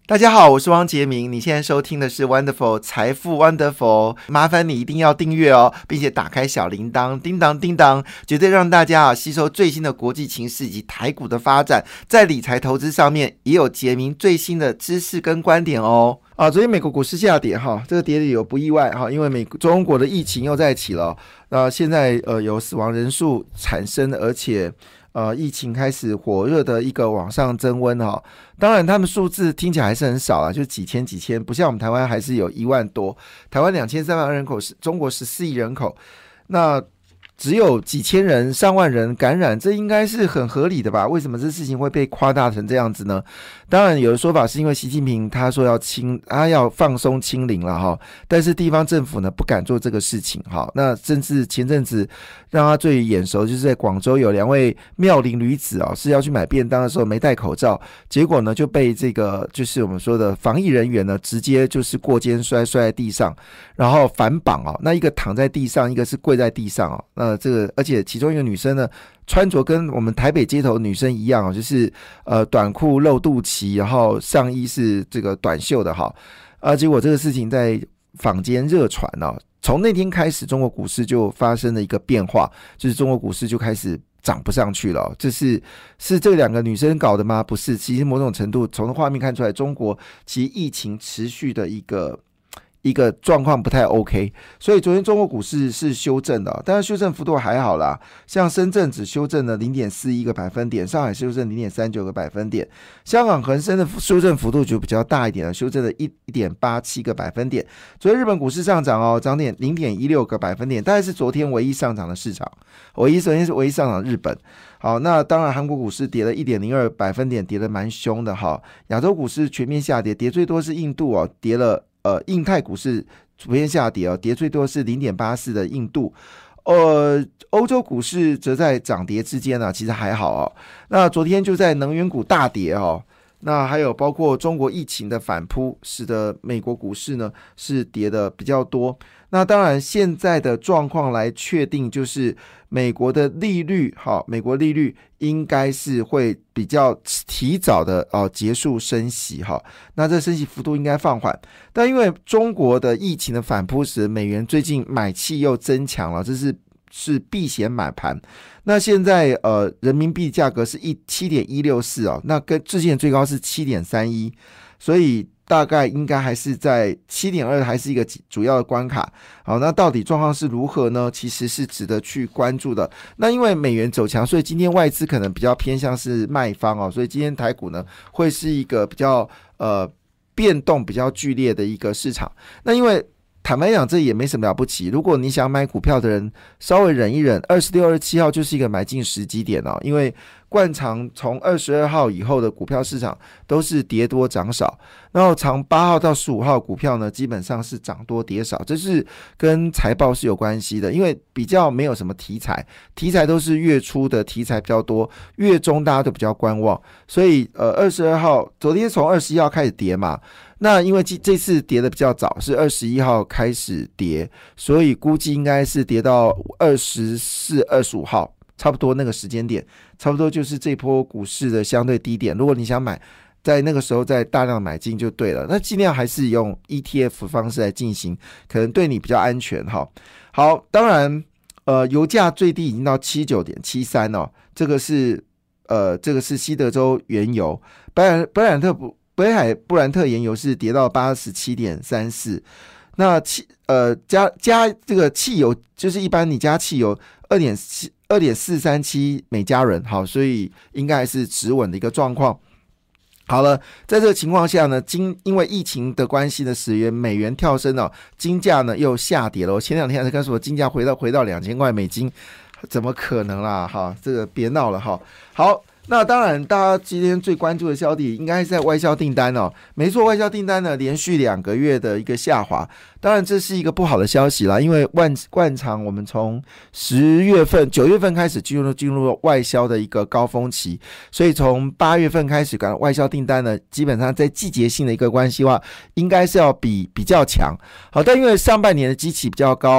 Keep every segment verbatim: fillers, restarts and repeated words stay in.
大家好，我是汪杰明，你现在收听的是 Wonderful 财富 Wonderful， 麻烦你一定要订阅哦，并且打开小铃铛，叮当叮当，绝对让大家啊吸收最新的国际情势以及台股的发展，在理财投资上面也有杰明最新的知识跟观点哦。啊，昨天美国股市下跌哈，这个跌理由不意外哈，因为美中国的疫情又在起了，那现在呃有死亡人数产生，而且呃疫情开始火热的一个往上增温哈。当然他们数字听起来还是很少啦，就几千几千，不像我们台湾还是有一万多，台湾两千三百万人口，中国十四亿人口，那只有几千人上万人感染，这应该是很合理的吧？为什么这事情会被夸大成这样子呢？当然有的说法是因为习近平他说要清他要放松清零了哈，但是地方政府呢不敢做这个事情哈。那甚至前阵子让他最眼熟就是在广州有两位妙龄女子哦，是要去买便当的时候没戴口罩，结果呢就被这个就是我们说的防疫人员呢直接就是过肩摔摔在地上，然后反绑哦，那一个躺在地上，一个是跪在地上哦，那这个而且其中一个女生呢穿着跟我们台北街头女生一样哦，就是呃短裤露肚脐，然后上衣是这个短袖的哈，啊，结果这个事情在坊间热传哦，从那天开始中国股市就发生了一个变化，就是中国股市就开始涨不上去了哦。这是是这两个女生搞的吗？不是，其实某种程度从画面看出来，中国其实疫情持续的一个一个状况不太 OK， 所以昨天中国股市是修正的，当然修正幅度还好啦，像深圳只修正了 零点四一 个百分点，上海修正 零点三九 个百分点，香港恒生的修正幅度就比较大一点了，修正了 一点八七 个百分点。昨天日本股市上涨哦，涨点 零点一六 个百分点，大概是昨天唯一上涨的市场，唯一昨天是唯一上涨日本。好，那当然韩国股市跌了 一点零二 百分点，跌得蛮凶的哈。亚洲股市全面下跌，跌最多是印度哦，跌了呃，印太股市普遍下跌哦，跌最多是 零点八四 的印度。呃，欧洲股市则在涨跌之间啊，其实还好哦。那昨天就在能源股大跌哦，那还有包括中国疫情的反扑，使得美国股市呢是跌的比较多。那当然现在的状况来确定，就是美国的利率好，美国利率应该是会比较提早的哦结束升息哈，那这升息幅度应该放缓，但因为中国的疫情的反扑时，美元最近买气又增强了，这是是避险买盘。那现在呃人民币价格是 七点一六四 哦，那跟之前最高是 七点三一， 所以大概应该还是在 七点二 还是一个主要的关卡。好，那到底状况是如何呢？其实是值得去关注的。那因为美元走强，所以今天外资可能比较偏向是卖方哦，所以今天台股呢会是一个比较呃变动比较剧烈的一个市场。那因为坦白讲，这也没什么了不起。如果你想买股票的人，稍微忍一忍，二十六、二十七号就是一个买进时机点哦。因为惯常从二十二号以后的股票市场都是跌多涨少，然后从八号到十五号股票呢，基本上是涨多跌少，这是跟财报是有关系的。因为比较没有什么题材，题材都是月初的题材比较多，月中大家都比较观望，所以呃，二十二号昨天从二十一号开始跌嘛。那因为这次跌的比较早，是二十一号开始跌，所以估计应该是跌到二十四、二十五号，差不多那个时间点，差不多就是这波股市的相对低点。如果你想买，在那个时候再大量买进就对了。那尽量还是用 E T F 方式来进行，可能对你比较安全哈。好，当然，呃，油价最低已经到 七十九点七三 哦，这个是呃，这个是西德州原油，白兰白兰特不。北海布兰特原油是跌到 八十七点三四， 那汽呃加加这个汽油就是一般你加汽油 二点四三七 每加仑，好，所以应该是止稳的一个状况。好了，在这个情况下呢，金因为疫情的关系呢，使得美元跳升哦，金价呢又下跌了。我前两天还告诉我金价回到回到两千块美金，怎么可能啦？哈，这个别闹了哈。好。那当然大家今天最关注的消息应该是在外销订单哦，没错，外销订单呢连续两个月的一个下滑，当然这是一个不好的消息啦，因为万惯常我们从十月份九月份开始进入进入外销的一个高峰期，所以从八月份开始感外销订单呢基本上在季节性的一个关系话应该是要比比较强。好，但因为上半年的基期比较高，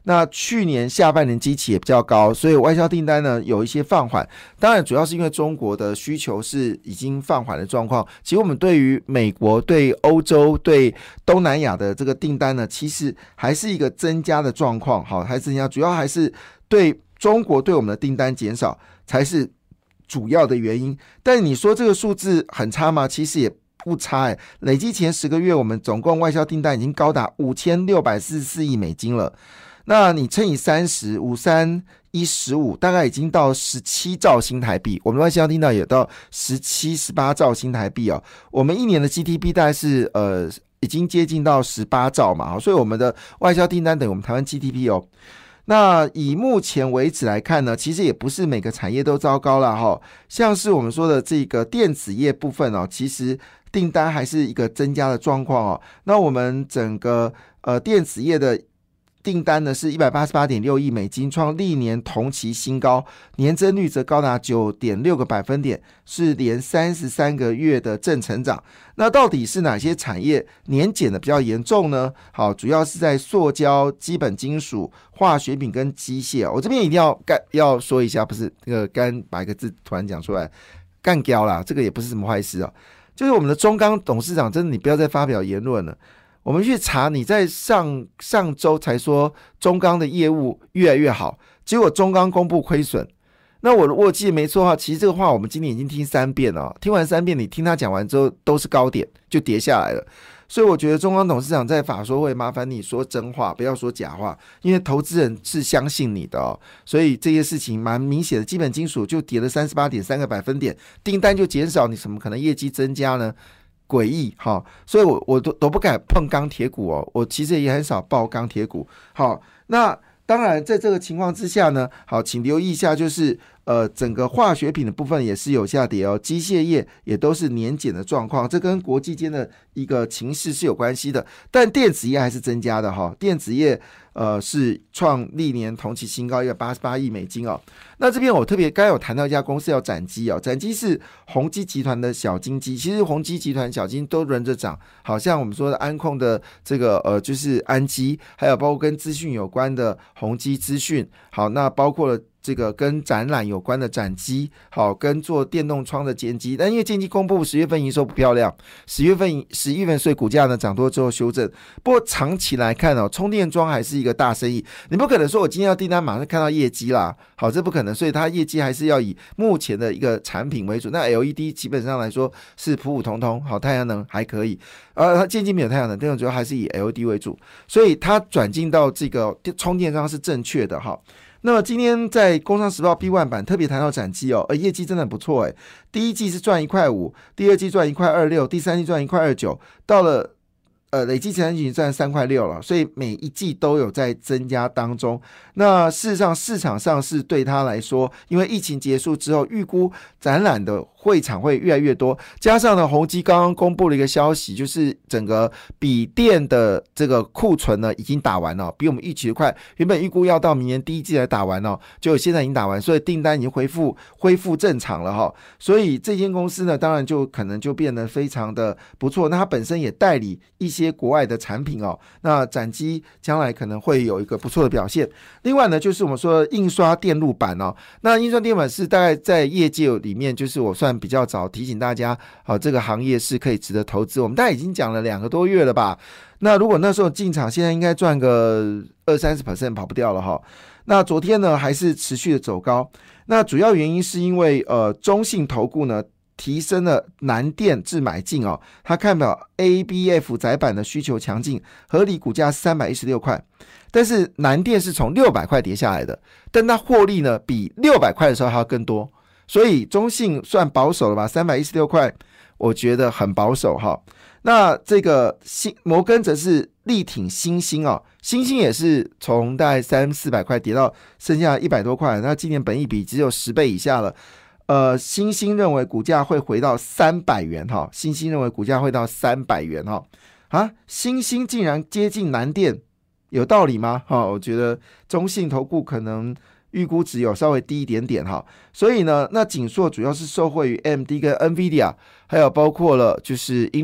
那去年下半年基期也比较高，所以外销订单呢有一些放缓。当然，主要是因为中国的需求是已经放缓的状况。其实我们对于美国、对欧洲、对东南亚的这个订单呢，其实还是一个增加的状况，好，还是增加，主要还是对中国对我们的订单减少才是主要的原因。但你说这个数字很差吗？其实也不差哎，累计前十个月，我们总共外销订单已经高达五千六百四十四亿美金了。那你乘以三十，五三一十五，大概已经到十七兆新台币。我们外销订单也到十七、十八兆新台币哦。我们一年的 G D P 大概是呃已经接近到十八兆嘛，所以我们的外销订单等于我们台湾 G D P 哦。那以目前为止来看呢，其实也不是每个产业都糟糕啦齁，像是我们说的这个电子业部分哦，其实订单还是一个增加的状况哦。那我们整个呃电子业的订单呢是 一百八十八点六亿美金，创历年同期新高，年增率则高达 九点六 个百分点，是连三十三个月的正成长。那到底是哪些产业年减的比较严重呢？好，主要是在塑胶、基本金属、化学品跟机械。我这边一定要干要说一下，不是那个干把一个字突然讲出来，干胶啦，这个也不是什么坏事哦。就是我们的中钢董事长，真的你不要再发表言论了。我们去查，你在上上周才说中钢的业务越来越好，结果中钢公布亏损。那我我记得没错的话，其实这个话我们今天已经听三遍了，听完三遍，你听他讲完之后都是高点，就跌下来了。所以我觉得中钢董事长在法说会麻烦你说真话，不要说假话，因为投资人是相信你的哦。所以这些事情蛮明显的，基本金属就跌了 三十八点三 个百分点，订单就减少，你怎么可能业绩增加呢？诡异哈，所以我我都都不敢碰钢铁股哦，我其实也很少抱钢铁股。好，那当然在这个情况之下呢，好，请留意一下，就是呃整个化学品的部分也是有下跌哦，机械业也都是年减的状况，这跟国际间的一个情势是有关系的。但电子业还是增加的哈，电子业呃是创历年同期新高，一百八十八亿美金哦。那这边我特别刚才有谈到一家公司叫展基哦，展基是宏基集团的小金鸡，其实宏基集团小金都轮着涨，好像我们说的安控的这个呃就是安基，还有包括跟资讯有关的宏基资讯，好，那包括了这个跟展览有关的展机，好，跟做电动窗的建机，但因为建机公布十月份营收不漂亮，十月份十一月份所以股价呢涨多之后修正。不过长期来看哦，充电桩还是一个大生意，你不可能说我今天要订单马上看到业绩啦，好，这不可能，所以它业绩还是要以目前的一个产品为主。那 L E D 基本上来说是普普通通，好，太阳能还可以，而它建机没有太阳能，但主要还是以 L E D 为主，所以它转进到这个充电桩是正确的哈。那么今天在工商时报 B 一 版特别谈到展基哦，而业绩真的很不错诶，第一季是赚一块五，第二季赚一块二六，第三季赚一块二九，到了呃累计前三季赚三块六了，所以每一季都有在增加当中。那事实上市场上是对他来说，因为疫情结束之后，预估展览的会场会越来越多，加上呢宏基刚刚公布了一个消息，就是整个笔电的这个库存呢已经打完了，比我们预期的快，原本预估要到明年第一季来打完了，结果现在已经打完，所以订单已经恢复恢复正常了哈。所以这间公司呢当然就可能就变得非常的不错，那它本身也代理一些国外的产品哦，那展基将来可能会有一个不错的表现。另外呢就是我们说的印刷电路板哦，那印刷电路板是大概在业界里面就是我算比较早提醒大家，好，这个行业是可以值得投资，我们大概已经讲了两个多月了吧。那如果那时候进场，现在应该赚个二三十 percent 跑不掉了哈。那昨天呢还是持续的走高，那主要原因是因为呃中信投顾呢提升了南电至买进哦，他看到 A B F 载板的需求强劲，合理股价是三百一十六块，但是南电是从六百块跌下来的，但它获利呢比六百块的时候还要更多，所以中信算保守了吧，三百一十六块我觉得很保守哈。那这个摩根则是力挺新兴哦，新兴也是从大概三四百块跌到剩下一百多块，那今年本益比只有十倍以下了。呃，新兴认为股价会回到三百元哈，新兴认为股价会到三百元哈。啊，新兴竟然接近南电，有道理吗？哈，我觉得中信投顾可能预估值有稍微低一点点哈，所以呢，那景硕主要是受惠于 A M D 跟 NVIDIA， 还有包括了就是英特尔，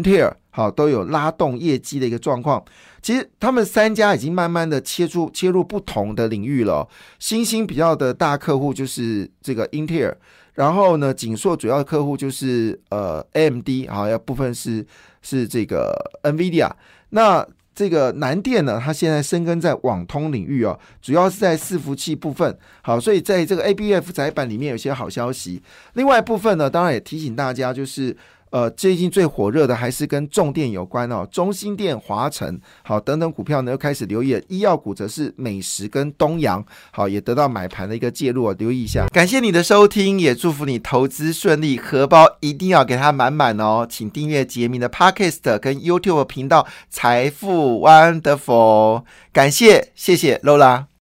好，都有拉动业绩的一个状况。其实他们三家已经慢慢的切入切入不同的领域了、哦。新兴比较的大客户就是这个英特尔，然后呢，景硕主要的客户就是呃 A M D， 好，要部分是是这个 NVIDIA。那这个南电呢，它现在深耕在网通领域哦，主要是在伺服器部分。好，所以在这个 A B F 载板里面有些好消息。另外一部分呢，当然也提醒大家，就是呃，最近最火热的还是跟重电有关哦，中兴电、华城，好等等股票呢又开始留意了。医药股则是美食跟东阳，好也得到买盘的一个介入哦，留意一下。感谢你的收听，也祝福你投资顺利，荷包一定要给它满满哦。请订阅杰明的 Podcast 跟 YouTube 频道财富 Wonderful， 感谢，谢谢 Lola。